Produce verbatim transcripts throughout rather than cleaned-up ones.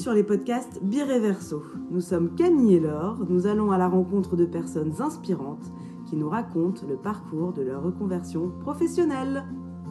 sur les podcasts Bireverso. Nous sommes Camille et Laure, nous allons à la rencontre de personnes inspirantes qui nous racontent le parcours de leur reconversion professionnelle.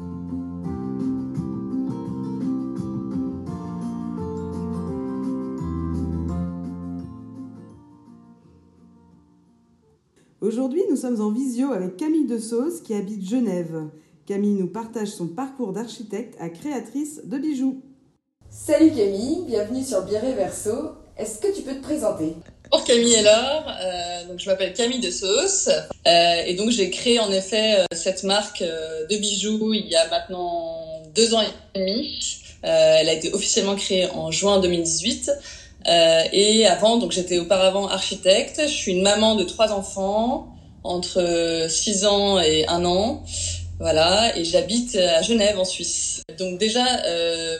Aujourd'hui, nous sommes en visio avec Camille de Sauce qui habite Genève. Camille nous partage son parcours d'architecte à créatrice de bijoux. Salut Camille, bienvenue sur Bireverso. Est-ce que tu peux te présenter ? Bonjour Camille et Laure, euh, donc je m'appelle Camille de Sauce euh, et donc j'ai créé en effet euh, cette marque euh, de bijoux il y a maintenant deux ans et demi. Euh, elle a été officiellement créée en juin deux mille dix-huit euh, et avant, donc j'étais auparavant architecte. Je suis une maman de trois enfants entre six ans et un an, voilà, et j'habite à Genève en Suisse. Donc déjà, euh,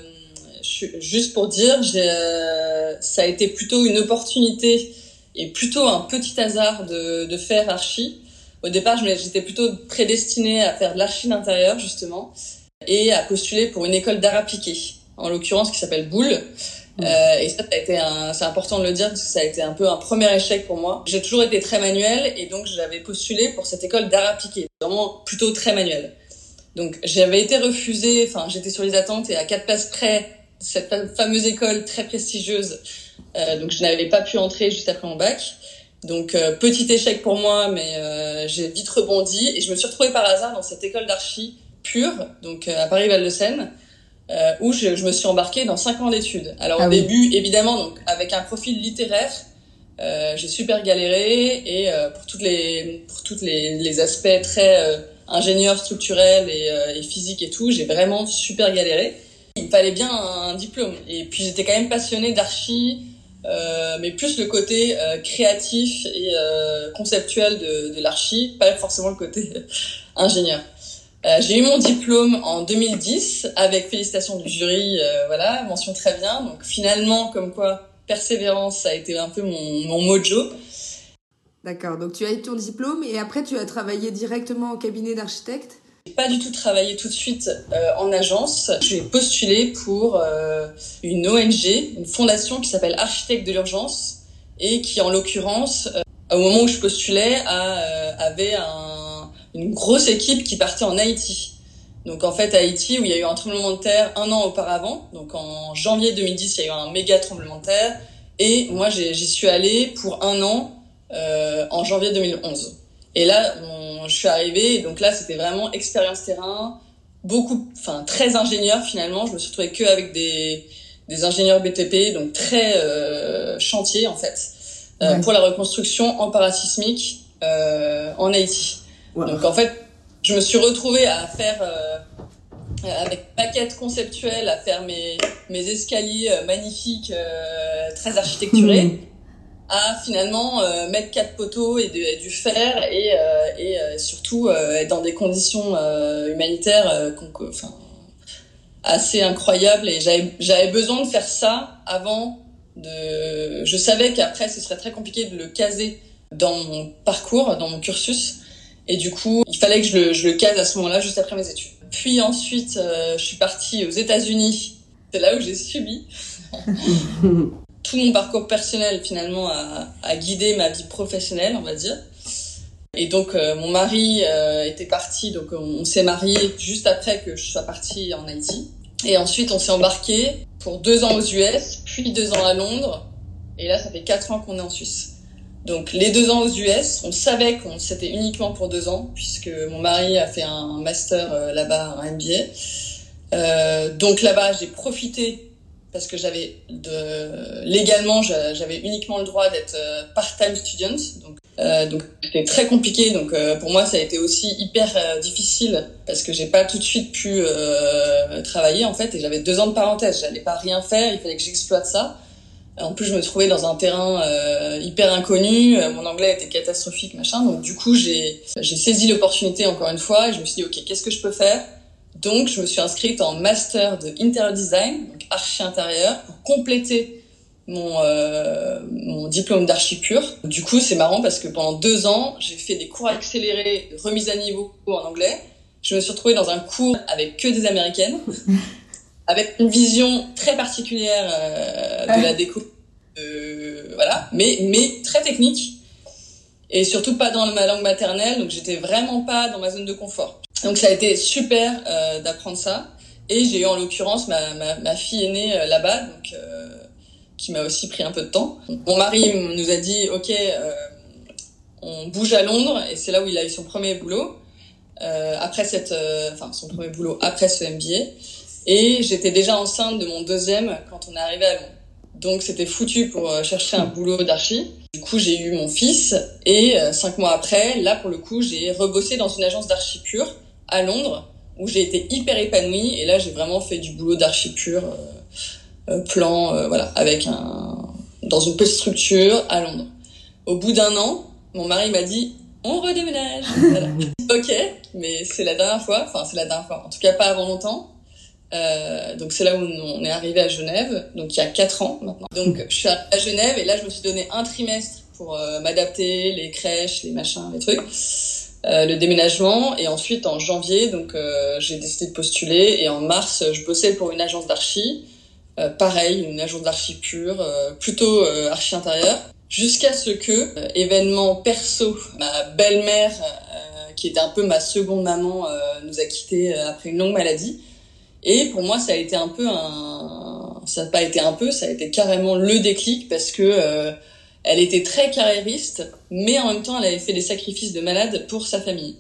juste pour dire, j'ai, euh, ça a été plutôt une opportunité et plutôt un petit hasard de, de faire archi. Au départ, je j'étais plutôt prédestinée à faire de l'archi d'intérieur, justement, et à postuler pour une école d'art appliqué, en l'occurrence qui s'appelle Boulle. Mmh. Euh, et ça, ça a été un, c'est important de le dire parce que ça a été un peu un premier échec pour moi. J'ai toujours été très manuelle et donc j'avais postulé pour cette école d'art appliqué, vraiment plutôt très manuelle. Donc j'avais été refusée, enfin j'étais sur les attentes et à quatre places près, cette fameuse école très prestigieuse, euh, donc je n'avais pas pu entrer juste après mon bac. Donc euh, petit échec pour moi, mais euh, j'ai vite rebondi et je me suis retrouvée par hasard dans cette école d'archi pure, donc euh, à Paris-Val-de-Seine, euh, où je, je me suis embarquée dans cinq ans d'études. Alors ah au oui. début, évidemment, donc avec un profil littéraire, euh, j'ai super galéré et euh, pour toutes les pour toutes les, les aspects très euh, ingénieurs, structurels et, euh, et physiques et tout, j'ai vraiment super galéré. Il me fallait bien un diplôme. Et puis j'étais quand même passionnée d'archi, euh, mais plus le côté euh, créatif et euh, conceptuel de, de l'archi, pas forcément le côté euh, ingénieur. Euh, j'ai eu mon diplôme en deux mille dix avec félicitations du jury, euh, voilà, mention très bien. Donc finalement, comme quoi, persévérance, ça a été un peu mon, mon mojo. D'accord, donc tu as eu ton diplôme et après tu as travaillé directement au cabinet d'architecte ? J'ai pas du tout travaillé tout de suite euh, en agence. J'ai postulé pour euh, une O N G, une fondation qui s'appelle Architectes de l'Urgence et qui, en l'occurrence, euh, au moment où je postulais, a, euh, avait un, une grosse équipe qui partait en Haïti. Donc en fait, Haïti, où il y a eu un tremblement de terre un an auparavant, donc en janvier deux mille dix, il y a eu un méga tremblement de terre et moi j'ai, j'y suis allée pour un an euh, en janvier deux mille onze. Et là, on, je suis arrivée, et donc là, c'était vraiment expérience terrain, beaucoup, enfin, très ingénieur finalement. Je me suis retrouvée que avec des, des ingénieurs B T P, donc très euh, chantier en fait, euh, ouais. pour la reconstruction en parasismique euh, en Haïti. Wow. Donc en fait, je me suis retrouvée à faire, euh, avec maquette conceptuelle, à faire mes, mes escaliers magnifiques, euh, très architecturés. Mmh. à finalement euh, mettre quatre poteaux et, de, et du fer et, euh, et euh, surtout euh, être dans des conditions euh, humanitaires euh, enfin, assez incroyables. Et j'avais, j'avais besoin de faire ça avant de... Je savais qu'après, ce serait très compliqué de le caser dans mon parcours, dans mon cursus. Et du coup, il fallait que je le, je le case à ce moment-là, juste après mes études. Puis ensuite, euh, je suis partie aux États-Unis. C'est là où j'ai subi... Tout mon parcours personnel, finalement, a, a guidé ma vie professionnelle, on va dire. Et donc, euh, mon mari euh, était parti, donc on, on s'est mariés juste après que je sois partie en Haïti. Et ensuite, on s'est embarqué pour deux ans aux U S, puis deux ans à Londres. Et là, ça fait quatre ans qu'on est en Suisse. Donc, les deux ans aux U S, on savait qu'on c'était uniquement pour deux ans, puisque mon mari a fait un master euh, là-bas, un M B A. Euh, donc là-bas, j'ai profité parce que j'avais de légalement j'avais uniquement le droit d'être part-time student, donc euh, donc c'était très compliqué. Donc euh, pour moi ça a été aussi hyper euh, difficile parce que j'ai pas tout de suite pu euh, travailler en fait, et j'avais deux ans de parenthèse, j'allais pas rien faire, il fallait que j'exploite ça. En plus je me trouvais dans un terrain euh, hyper inconnu, mon anglais était catastrophique machin, donc du coup j'ai j'ai saisi l'opportunité encore une fois et je me suis dit ok, qu'est-ce que je peux faire? Donc, je me suis inscrite en master de interior design, donc archi intérieur, pour compléter mon euh, mon diplôme d'archi pur. Du coup, c'est marrant parce que pendant deux ans, j'ai fait des cours accélérés de remise à niveau en anglais. Je me suis retrouvée dans un cours avec que des Américaines, avec une vision très particulière euh, de la déco, euh, voilà, mais mais très technique et surtout pas dans ma langue maternelle, donc j'étais vraiment pas dans ma zone de confort. Donc ça a été super euh, d'apprendre ça, et j'ai eu en l'occurrence ma ma, ma fille aînée euh, là-bas, donc euh, qui m'a aussi pris un peu de temps. Mon mari nous a dit ok, euh, on bouge à Londres, et c'est là où il a eu son premier boulot. Euh, après cette, euh, enfin son premier boulot après ce M B A, et j'étais déjà enceinte de mon deuxième quand on est arrivé à Londres. Donc c'était foutu pour euh, chercher un boulot d'archi. Du coup j'ai eu mon fils, et euh, cinq mois après, là pour le coup j'ai rebossé dans une agence d'archi pure à Londres où j'ai été hyper épanouie, et là j'ai vraiment fait du boulot d'archi pure, euh, euh, plan, euh, voilà, avec un dans une petite structure à Londres. Au bout d'un an, mon mari m'a dit on redéménage. Voilà. Ok, mais c'est la dernière fois, enfin c'est la dernière fois, en tout cas pas avant longtemps. Euh, donc c'est là où on est arrivé à Genève, donc il y a quatre ans maintenant. Donc je suis à Genève, et là je me suis donné un trimestre pour euh, m'adapter, les crèches, les machins, les trucs, euh, le déménagement, et ensuite en janvier, donc euh, j'ai décidé de postuler, et en mars je bossais pour une agence d'archi, euh, pareil, une agence d'archi pure, euh, plutôt euh, archi intérieur. Jusqu'à ce que, euh, événement perso, ma belle-mère, euh, qui était un peu ma seconde maman, euh, nous a quittés euh, après une longue maladie. Et pour moi, ça a été un peu un... Ça n'a pas été un peu, ça a été carrément le déclic, parce que euh, elle était très carriériste, mais en même temps, elle avait fait des sacrifices de malade pour sa famille.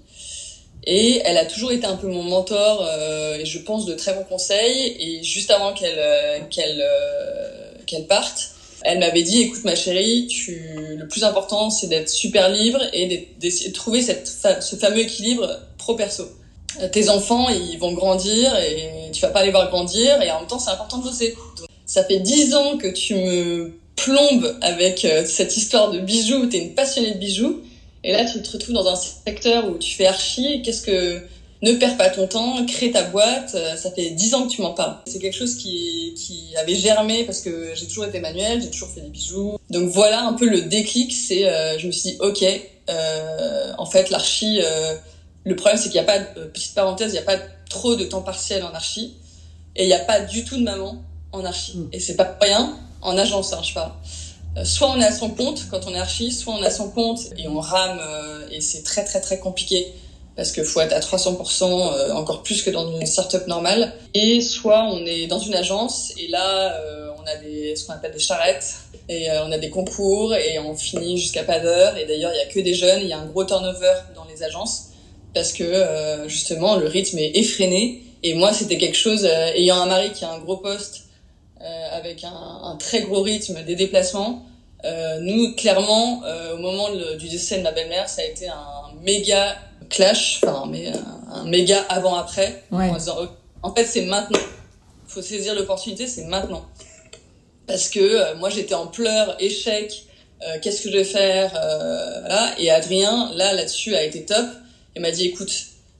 Et elle a toujours été un peu mon mentor, euh, et je pense de très bons conseils. Et juste avant qu'elle, euh, qu'elle, euh, qu'elle parte, elle m'avait dit, écoute ma chérie, tu, le plus important c'est d'être super libre et d'essayer de trouver cette fa- ce fameux équilibre pro-perso. Tes enfants, ils vont grandir et tu vas pas les voir grandir, et en même temps c'est important de bosser. Donc, ça fait dix ans que tu me plombes avec euh, cette histoire de bijoux, t'es une passionnée de bijoux, et là tu te retrouves dans un secteur où tu fais archi. Qu'est-ce que... Ne perds pas ton temps, crée ta boîte, ça fait dix ans que tu m'en parles. C'est quelque chose qui, qui avait germé parce que j'ai toujours été manuelle, j'ai toujours fait des bijoux. Donc voilà un peu le déclic, c'est, euh, je me suis dit, ok, euh, en fait l'archi, euh, le problème c'est qu'il n'y a pas, euh, petite parenthèse, il n'y a pas trop de temps partiel en archi, et il n'y a pas du tout de maman en archi. Mmh. Et c'est pas rien, en agence, hein, je parle. Euh, soit on est à son compte quand on est archi, soit on est à son compte et on rame, euh, et c'est très très très compliqué. Parce qu'il faut être à trois cents pour cent, euh, encore plus que dans une start-up normale. Et soit on est dans une agence, et là, euh, on a des, ce qu'on appelle des charrettes, et euh, on a des concours, et on finit jusqu'à pas d'heure. Et d'ailleurs, il y a que des jeunes, il y a un gros turnover dans les agences, parce que euh, justement, le rythme est effréné. Et moi, c'était quelque chose, euh, ayant un mari qui a un gros poste, euh, avec un, un très gros rythme des déplacements, euh, nous, clairement, euh, au moment de, du décès de ma belle-mère, ça a été un méga clash, enfin mais un, un méga avant-après, ouais. En disant en fait c'est maintenant, faut saisir l'opportunité, c'est maintenant, parce que euh, moi j'étais en pleurs, échec, euh, qu'est-ce que je vais faire, euh, voilà. Et Adrien là là-dessus a été top, et m'a dit écoute,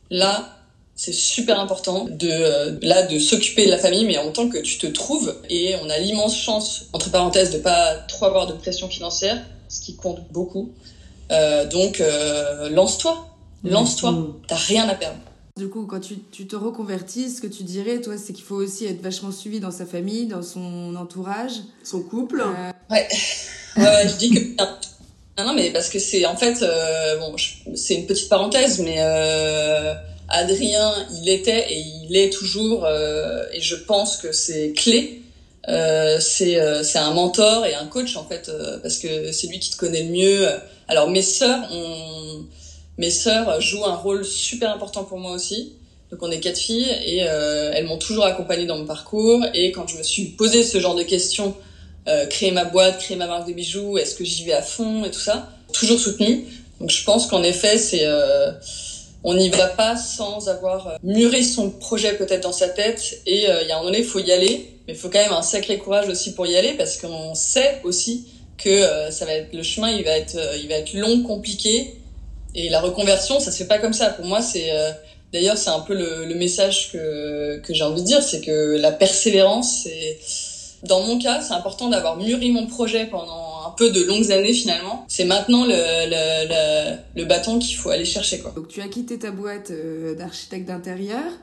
là c'est super important de euh, là de s'occuper de la famille, mais en même temps que tu te trouves, et on a l'immense chance, entre parenthèses, de pas trop avoir de pression financière, ce qui compte beaucoup, euh, donc euh, lance-toi. Lance-toi, mmh. T'as rien à perdre. Du coup, quand tu, tu te reconvertis, ce que tu dirais, toi, c'est qu'il faut aussi être vachement suivi dans sa famille, dans son entourage. Son couple. Euh... Ouais. ouais, je dis que... Non, non, mais parce que c'est, en fait, euh, bon, je... c'est une petite parenthèse, mais euh, Adrien, il était et il est toujours, euh, et je pense que c'est clé, euh, c'est, euh, c'est un mentor et un coach, en fait, euh, parce que c'est lui qui te connaît le mieux. Alors, mes sœurs ont... Mes sœurs jouent un rôle super important pour moi aussi. Donc on est quatre filles, et euh, elles m'ont toujours accompagnée dans mon parcours. Et quand je me suis posé ce genre de questions, euh, créer ma boîte, créer ma marque de bijoux, est-ce que j'y vais à fond et tout ça, toujours soutenue. Donc je pense qu'en effet, c'est euh, on n'y va pas sans avoir mûri son projet peut-être dans sa tête. Et il euh, y a un moment donné, il faut y aller, mais il faut quand même un sacré courage aussi pour y aller, parce qu'on sait aussi que euh, ça va être le chemin, il va être, euh, il va être long, compliqué. Et la reconversion, ça se fait pas comme ça. Pour moi, c'est euh, d'ailleurs c'est un peu le, le message que que j'ai envie de dire, c'est que la persévérance, c'est dans mon cas, c'est important d'avoir mûri mon projet pendant un peu de longues années finalement. C'est maintenant le le le, le bâton qu'il faut aller chercher, quoi. Donc tu as quitté ta boîte euh, d'architecte d'intérieur,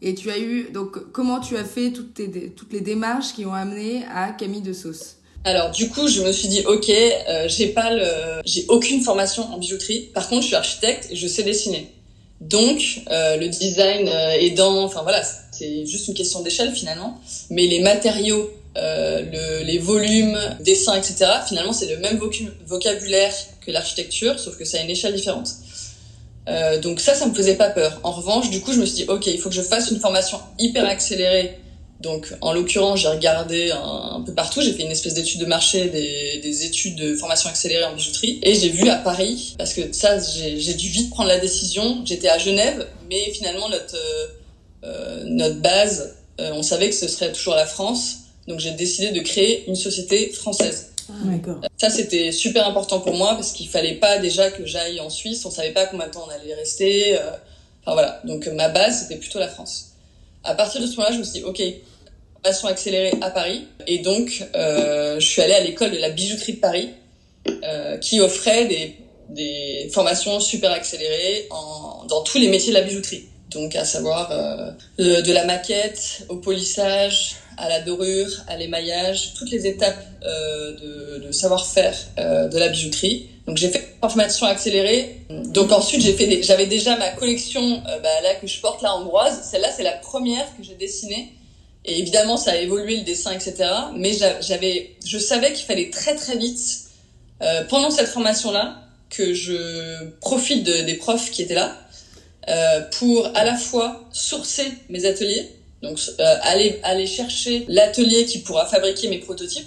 Et tu as eu, donc, comment tu as fait toutes, tes, toutes les démarches qui ont amené à Camille de Sauce? Alors, du coup, je me suis dit, ok, euh, j'ai pas le, j'ai aucune formation en bijouterie. Par contre, je suis architecte et je sais dessiner. Donc, euh, le design euh, aidant, enfin voilà, c'est juste une question d'échelle finalement. Mais les matériaux, euh, le, les volumes, dessins, et cetera, finalement, c'est le même vocu- vocabulaire que l'architecture, sauf que ça a une échelle différente. Euh, donc ça, ça me faisait pas peur. En revanche, du coup, je me suis dit, ok, il faut que je fasse une formation hyper accélérée. Donc, en l'occurrence, j'ai regardé un, un peu partout. J'ai fait une espèce d'étude de marché, des, des études de formation accélérée en bijouterie. Et j'ai vu à Paris, parce que ça, j'ai, j'ai dû vite prendre la décision. J'étais à Genève, mais finalement, notre, euh, notre base, euh, on savait que ce serait toujours la France. Donc, j'ai décidé de créer une société française. Ah, d'accord. Ça, c'était super important pour moi, parce qu'il fallait pas déjà que j'aille en Suisse. On savait pas combien de temps on allait rester. Euh, enfin, voilà. Donc, ma base, c'était plutôt la France. À partir de ce moment-là, je me suis dit, ok, formation accélérée à Paris. Et donc, euh, je suis allée à l'école de la bijouterie de Paris, euh, qui offrait des, des formations super accélérées en, dans tous les métiers de la bijouterie. Donc, à savoir euh, de, de la maquette au polissage, à la dorure, à l'émaillage, toutes les étapes euh, de, de savoir-faire euh, de la bijouterie. Donc, j'ai fait une formation accélérée. Donc, ensuite, j'ai fait des, j'avais déjà ma collection euh, bah, là que je porte, là, Ambroise. Celle-là, c'est la première que j'ai dessinée. Et évidemment, ça a évolué le dessin, et cetera. Mais j'avais, je savais qu'il fallait très très vite, euh, pendant cette formation-là, que je profite de, des profs qui étaient là, euh, pour à la fois sourcer mes ateliers, donc euh, aller aller chercher l'atelier qui pourra fabriquer mes prototypes.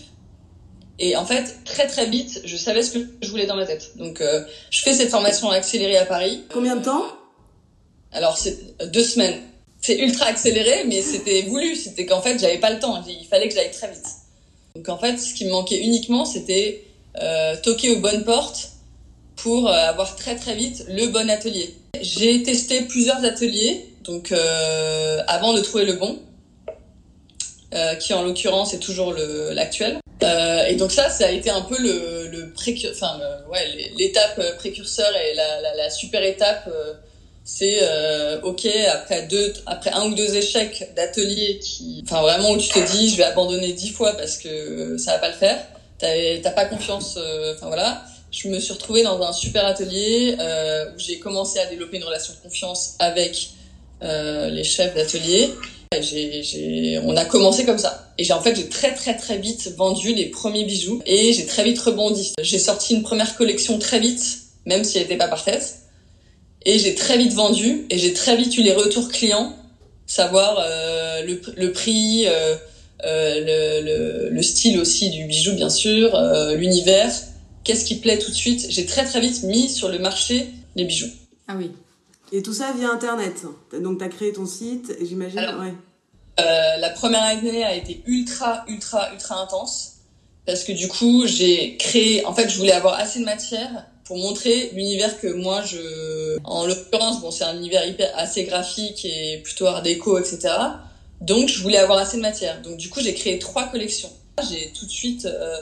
Et en fait, très très vite, je savais ce que je voulais dans ma tête. Donc, euh, je fais cette formation accélérée à Paris. Combien de temps? Alors, c'est deux semaines. C'est ultra accéléré, mais c'était voulu. C'était qu'en fait, j'avais pas le temps. Il fallait que j'aille très vite. Donc en fait, ce qui me manquait uniquement, c'était euh, toquer aux bonnes portes pour euh, avoir très très vite le bon atelier. J'ai testé plusieurs ateliers, donc euh, avant de trouver le bon, euh, qui en l'occurrence est toujours le, l'actuel. Euh, et donc ça, ça a été un peu le, le précu- enfin le, ouais, l'étape précurseur et la, la, la super étape. Euh, c'est euh, ok après deux après un ou deux échecs d'atelier qui enfin vraiment où tu te dis je vais abandonner dix fois parce que ça va pas le faire, t'as t'as pas confiance, enfin euh, voilà, je me suis retrouvée dans un super atelier euh, où j'ai commencé à développer une relation de confiance avec euh, les chefs d'atelier. J'ai, j'ai, on a commencé comme ça. Et j'ai, en fait, j'ai très, très, très vite vendu les premiers bijoux et j'ai très vite rebondi. J'ai sorti une première collection très vite, même si elle n'était pas parfaite. Et j'ai très vite vendu et j'ai très vite eu les retours clients, savoir euh, le, le prix, euh, euh, le, le, le style aussi du bijou, bien sûr, euh, l'univers, qu'est-ce qui plaît tout de suite. J'ai très, très vite mis sur le marché les bijoux. Ah oui. Et tout ça via Internet. Donc, tu as créé ton site, et j'imagine... Alors, ouais. euh, la première année a été ultra, ultra, ultra intense. Parce que du coup, j'ai créé... En fait, je voulais avoir assez de matière pour montrer l'univers que moi, je... En l'occurrence, bon, c'est un univers hyper, assez graphique et plutôt art déco, et cetera. Donc, je voulais avoir assez de matière. Donc, du coup, j'ai créé trois collections. J'ai tout de suite euh,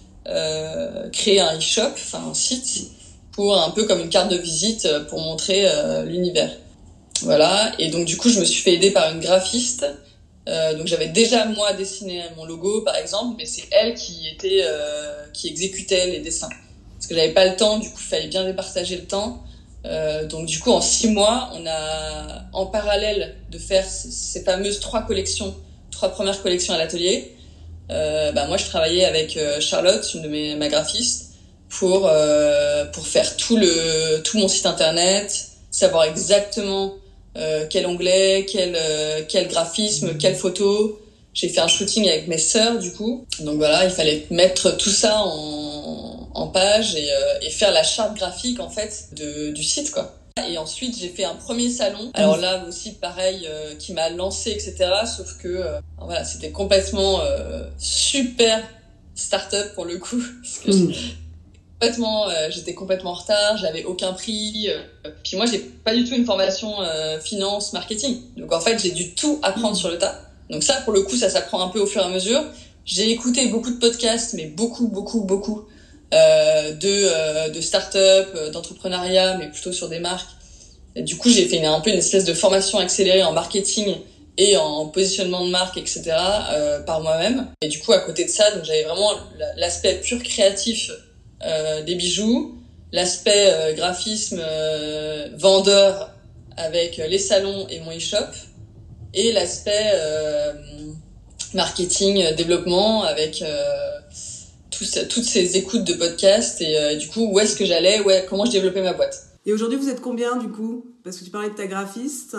euh, créé un e-shop, enfin un site... pour un peu comme une carte de visite pour montrer euh, l'univers. Voilà, et donc du coup, je me suis fait aider par une graphiste. Euh, donc j'avais déjà, moi, dessiné mon logo, par exemple, mais c'est elle qui était, euh, qui exécutait les dessins. Parce que j'avais pas le temps, du coup, il fallait bien départager le temps. Euh, donc du coup, en six mois, on a, en parallèle de faire ces, ces fameuses trois collections, trois premières collections à l'atelier, euh, bah moi, je travaillais avec Charlotte, une de mes, ma graphiste, pour euh, pour faire tout le tout mon site internet, savoir exactement euh, quel onglet, quel euh, quel graphisme, quelle photo. J'ai fait un shooting avec mes sœurs du coup. Donc voilà, il fallait mettre tout ça en en page et euh, et faire la charte graphique en fait de du site quoi. Et ensuite, j'ai fait un premier salon. Alors là aussi pareil euh, qui m'a lancé et cetera. Sauf que euh, voilà, c'était complètement euh, super start-up pour le coup parce que mmh. Complètement, euh, j'étais complètement en retard, j'avais aucun prix. Euh, puis moi, j'ai pas du tout une formation euh, finance, marketing. Donc en fait, j'ai dû tout apprendre mmh. sur le tas. Donc ça, pour le coup, ça s'apprend un peu au fur et à mesure. J'ai écouté beaucoup de podcasts, mais beaucoup, beaucoup, beaucoup euh, de euh, de start-up, euh, d'entrepreneuriat, mais plutôt sur des marques. Et du coup, j'ai fait une, un peu une espèce de formation accélérée en marketing et en positionnement de marque, et cetera euh, par moi-même. Et du coup, à côté de ça, donc j'avais vraiment l'aspect pur créatif euh, des bijoux, l'aspect euh, graphisme euh, vendeur avec les salons et mon e-shop, et l'aspect euh, marketing, développement avec euh, tout ça, toutes ces écoutes de podcasts et euh, du coup, où est-ce que j'allais, ouais, comment je développais ma boîte. Et aujourd'hui, vous êtes combien du coup? Parce que tu parlais de ta graphiste.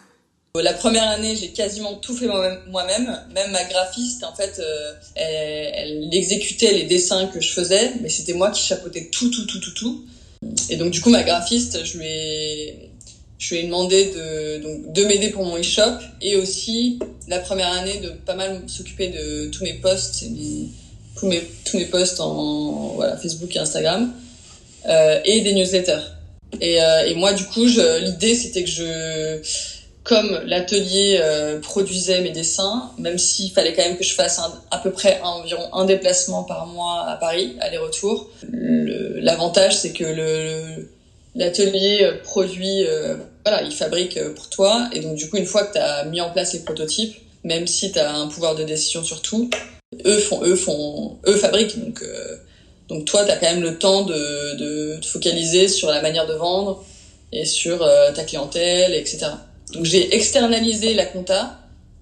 La première année, j'ai quasiment tout fait moi-même. moi-même. Même ma graphiste, en fait, euh, elle, elle exécutait les dessins que je faisais, mais c'était moi qui chapeautais tout, tout, tout, tout, tout. Et donc, du coup, ma graphiste, je lui ai, je lui ai demandé de, donc, de m'aider pour mon e-shop et aussi, la première année, de pas mal s'occuper de tous mes posts, mes, tous mes, tous mes posts en, voilà, Facebook et Instagram, euh, et des newsletters. Et, euh, et moi, du coup, je, l'idée, c'était que je, comme l'atelier euh, produisait mes dessins, même s'il fallait quand même que je fasse un, à peu près un, environ un déplacement par mois à Paris, aller-retour, le, l'avantage c'est que le, l'atelier produit, euh, voilà, il fabrique pour toi, et donc du coup une fois que tu as mis en place les prototypes, même si tu as un pouvoir de décision sur tout, eux font, eux font, eux fabriquent, donc euh, donc toi tu as quand même le temps de, de te focaliser sur la manière de vendre et sur euh, ta clientèle, et cetera. Donc j'ai externalisé la compta,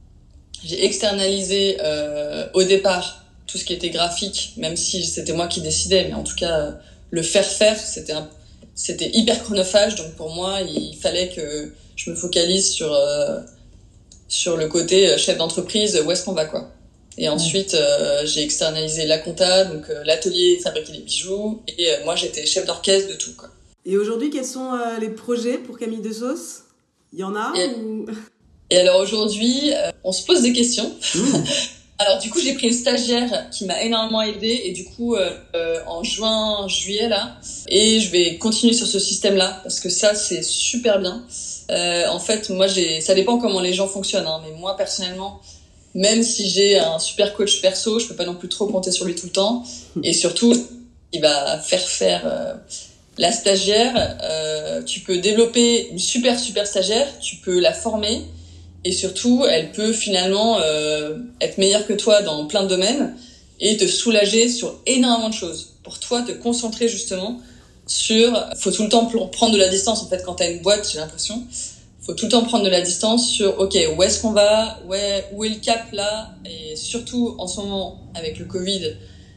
j'ai externalisé euh, au départ tout ce qui était graphique, même si c'était moi qui décidais, mais en tout cas le faire faire, c'était un, c'était hyper chronophage, donc pour moi il fallait que je me focalise sur euh, sur le côté chef d'entreprise, où est-ce qu'on va quoi. Et ensuite euh, j'ai externalisé la compta, donc euh, l'atelier fabriquer les bijoux, et euh, moi j'étais chef d'orchestre de tout quoi. Et aujourd'hui, quels sont euh, les projets pour Camille de Sauce? Il y en a et, ou... et alors aujourd'hui, euh, on se pose des questions. Mmh. Alors du coup, j'ai pris une stagiaire qui m'a énormément aidée et du coup, euh, euh, en juin, juillet là, et je vais continuer sur ce système-là parce que ça, c'est super bien. Euh, en fait, moi, j'ai, ça dépend comment les gens fonctionnent, hein, mais moi personnellement, même si j'ai un super coach perso, je peux pas non plus trop compter sur lui tout le temps. Et surtout, il va faire faire. Euh, La stagiaire, euh, tu peux développer une super super stagiaire, tu peux la former et surtout elle peut finalement euh, être meilleure que toi dans plein de domaines et te soulager sur énormément de choses. Pour toi, te concentrer justement sur, faut tout le temps prendre de la distance en fait quand t'as une boîte, j'ai l'impression. Faut tout le temps prendre de la distance sur ok, où est-ce qu'on va, où est, où est le cap là, et surtout en ce moment avec le Covid,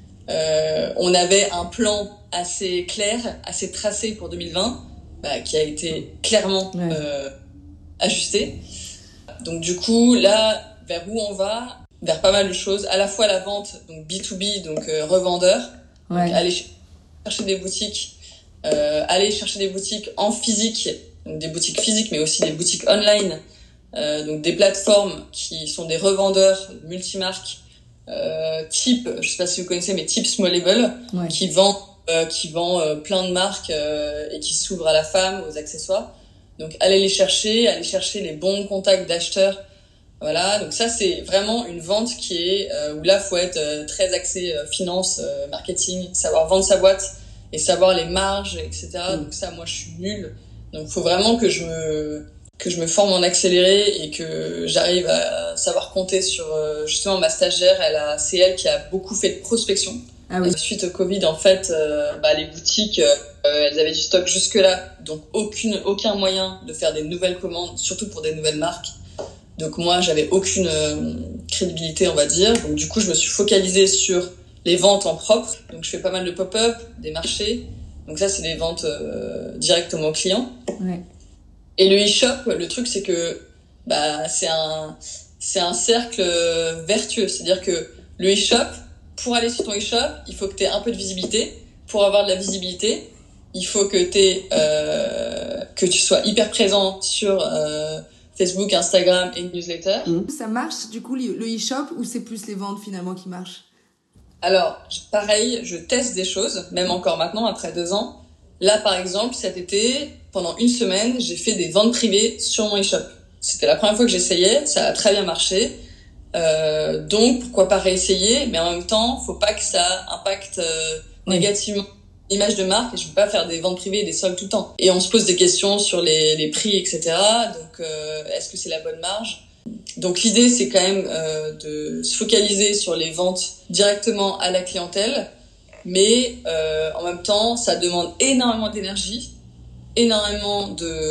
euh, on avait un plan assez clair, assez tracé pour deux mille vingt, bah, qui a été clairement ouais. euh, ajusté. Donc du coup, là, vers où on va? Vers pas mal de choses, à la fois la vente, donc B deux B, donc euh, revendeur, ouais. donc aller chercher des boutiques, euh, aller chercher des boutiques en physique, donc des boutiques physiques, mais aussi des boutiques online, euh, donc des plateformes qui sont des revendeurs multimarques, euh, type, je sais pas si vous connaissez, mais type Small Label, ouais. qui vend Euh, qui vend euh, plein de marques euh, et qui s'ouvre à la femme, aux accessoires. Donc allez les chercher, allez chercher les bons contacts d'acheteurs. Voilà, donc ça c'est vraiment une vente qui est euh, où là faut être euh, très axé euh, finance, euh, marketing, savoir vendre sa boîte et savoir les marges, et cetera. Donc ça, moi je suis nulle. Donc faut vraiment que je me que je me forme en accéléré et que j'arrive à savoir compter sur euh, justement ma stagiaire. Elle a, c'est elle qui a beaucoup fait de prospection. Ah oui. Suite au Covid, en fait, euh, bah, les boutiques, euh, elles avaient du stock jusque-là, donc aucune, aucun moyen de faire des nouvelles commandes, surtout pour des nouvelles marques. Donc moi, j'avais aucune euh, crédibilité, on va dire. Donc du coup, je me suis focalisée sur les ventes en propre. Donc je fais pas mal de pop-up, des marchés. Donc ça, c'est des ventes euh, directement aux clients. Ouais. Et le e-shop, le truc, c'est que bah c'est un, c'est un cercle vertueux. C'est-à-dire que le e-shop, pour aller sur ton e-shop, il faut que tu aies un peu de visibilité. Pour avoir de la visibilité, il faut que, t'aies, euh, que tu sois hyper présent sur euh, Facebook, Instagram et newsletter. Mmh. Ça marche, du coup, le e-shop, ou c'est plus les ventes finalement qui marchent? Alors, pareil, je teste des choses, même encore maintenant, après deux ans. Là, par exemple, cet été, pendant une semaine, j'ai fait des ventes privées sur mon e-shop. C'était la première fois que j'essayais, ça a très bien marché. Euh, donc pourquoi pas réessayer, mais en même temps faut pas que ça impacte euh, oui. négativement l'image de marque, et je veux pas faire des ventes privées et des soldes tout le temps. Et on se pose des questions sur les, les prix, etc. Donc euh, est-ce que c'est la bonne marge? Donc l'idée, c'est quand même euh, de se focaliser sur les ventes directement à la clientèle, mais euh, en même temps, ça demande énormément d'énergie, énormément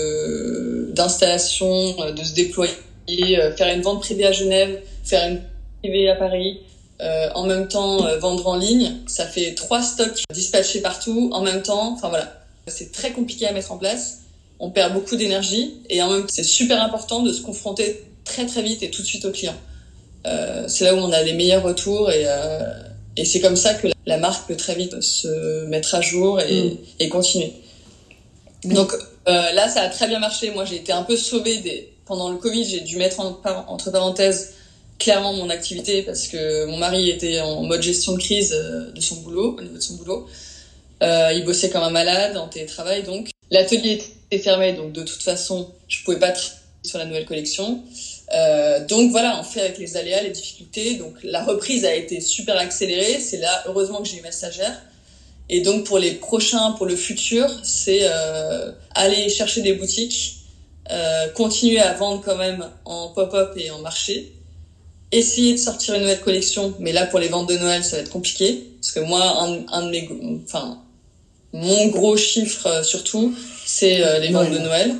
de d'installation, de se déployer, euh, faire une vente privée à Genève, faire une privée à Paris, euh, en même temps euh, vendre en ligne. Ça fait trois stocks dispatchés partout en même temps. Enfin voilà, c'est très compliqué à mettre en place. On perd beaucoup d'énergie et en même temps, c'est super important de se confronter très très vite et tout de suite aux clients. Euh, c'est là où on a les meilleurs retours et, euh, et c'est comme ça que la marque peut très vite se mettre à jour et, mmh. et continuer. Mmh. Donc euh, là, ça a très bien marché. Moi, j'ai été un peu sauvée des... pendant le Covid. J'ai dû mettre en, entre parenthèses clairement mon activité parce que mon mari était en mode gestion de crise de son boulot, au niveau de son boulot. Euh, il bossait comme un malade en télétravail, donc l'atelier était fermé, donc de toute façon, je pouvais pas travailler sur la nouvelle collection. Euh, donc voilà, on fait avec les aléas, les difficultés. Donc la reprise a été super accélérée. C'est là, heureusement que j'ai eu ma stagiaire. Et donc pour les prochains, pour le futur, c'est euh, aller chercher des boutiques, euh, continuer à vendre quand même en pop-up et en marché, essayer de sortir une nouvelle collection. Mais là, pour les ventes de Noël, ça va être compliqué parce que moi, un, un de mes, enfin, mon gros chiffre surtout, c'est euh, les ventes Noël. de Noël.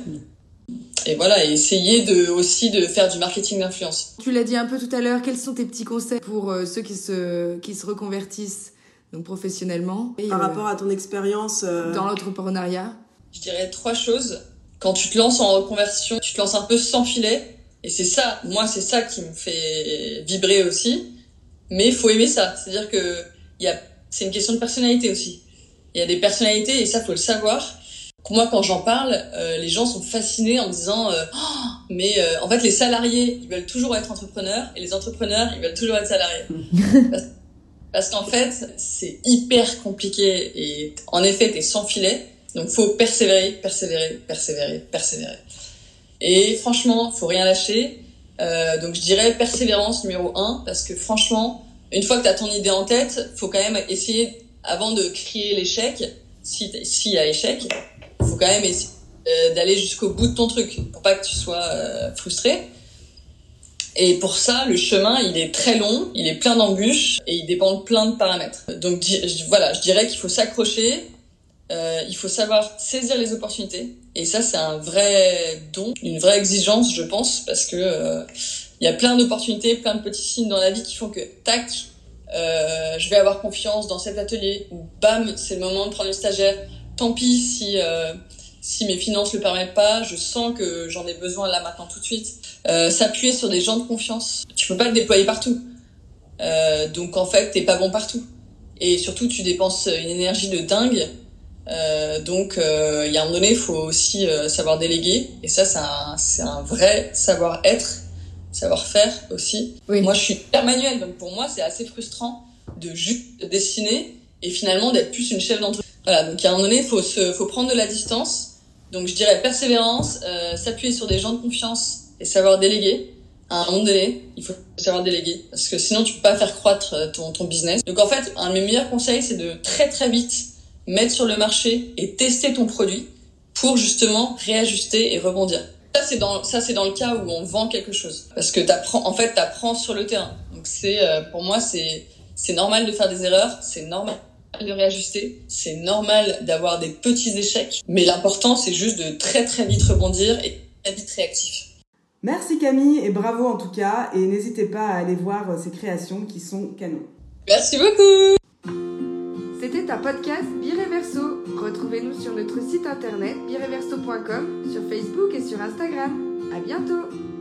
Et voilà, et essayer de, aussi de faire du marketing d'influence. Tu l'as dit un peu tout à l'heure, quels sont tes petits conseils pour euh, ceux qui se, qui se reconvertissent donc professionnellement et, Par euh, rapport à ton expérience euh... dans l'entrepreneuriat? Je dirais trois choses. Quand tu te lances en reconversion, tu te lances un peu sans filet. Et c'est ça, moi, c'est ça qui me fait vibrer aussi. Mais il faut aimer ça. C'est-à-dire que y a, c'est une question de personnalité aussi. Il y a des personnalités, et ça, faut le savoir. Moi, quand j'en parle, euh, les gens sont fascinés en disant euh, oh, mais euh, en fait, les salariés, ils veulent toujours être entrepreneurs, et les entrepreneurs, ils veulent toujours être salariés. parce, parce qu'en fait, c'est hyper compliqué, et en effet, t'es sans filet. Donc, faut persévérer, persévérer, persévérer, persévérer. Et franchement, faut rien lâcher. Euh, donc, je dirais persévérance numéro un, parce que franchement, une fois que t'as ton idée en tête, faut quand même essayer, avant de crier l'échec, si s'il y a échec, faut quand même essayer euh, d'aller jusqu'au bout de ton truc pour pas que tu sois euh, frustré. Et pour ça, le chemin, il est très long, il est plein d'embûches et il dépend de plein de paramètres. Donc di- voilà, je dirais qu'il faut s'accrocher, euh, il faut savoir saisir les opportunités. Et ça, c'est un vrai don, une vraie exigence, je pense, parce que euh, il y a plein d'opportunités, plein de petits signes dans la vie qui font que tac, euh, je vais avoir confiance dans cet atelier. Ou bam, c'est le moment de prendre une stagiaire. Tant pis si euh, si mes finances le permettent pas, je sens que j'en ai besoin là maintenant tout de suite. Euh, s'appuyer sur des gens de confiance. Tu peux pas te déployer partout. Euh, donc en fait, t'es pas bon partout. Et surtout, tu dépenses une énergie de dingue. Euh, donc euh, il y a un moment donné, il faut aussi euh, savoir déléguer. Et ça, c'est un, c'est un vrai savoir-être, savoir-faire aussi. Oui. Moi, je suis hyper manuelle, donc pour moi, c'est assez frustrant de juste dessiner et finalement d'être plus une chef d'entreprise. Voilà, donc à un moment donné, il faut, se, faut prendre de la distance. Donc je dirais persévérance, euh, s'appuyer sur des gens de confiance et savoir déléguer. À un moment donné, il faut savoir déléguer parce que sinon tu peux pas faire croître ton, ton business. Donc en fait, un de mes meilleurs conseils, c'est de très très vite mettre sur le marché et tester ton produit pour justement réajuster et rebondir. Ça c'est dans ça c'est dans le cas où on vend quelque chose parce que t'apprends en fait t'apprends sur le terrain. Donc c'est euh, pour moi c'est c'est normal de faire des erreurs, c'est normal de réajuster, c'est normal d'avoir des petits échecs, mais l'important c'est juste de très très vite rebondir et très vite réactif. Merci Camille et bravo en tout cas, et n'hésitez pas à aller voir ces créations qui sont canon. Merci beaucoup. C'était un podcast Bireverso. Retrouvez-nous sur notre site internet bireverso point com, sur Facebook et sur Instagram. À bientôt.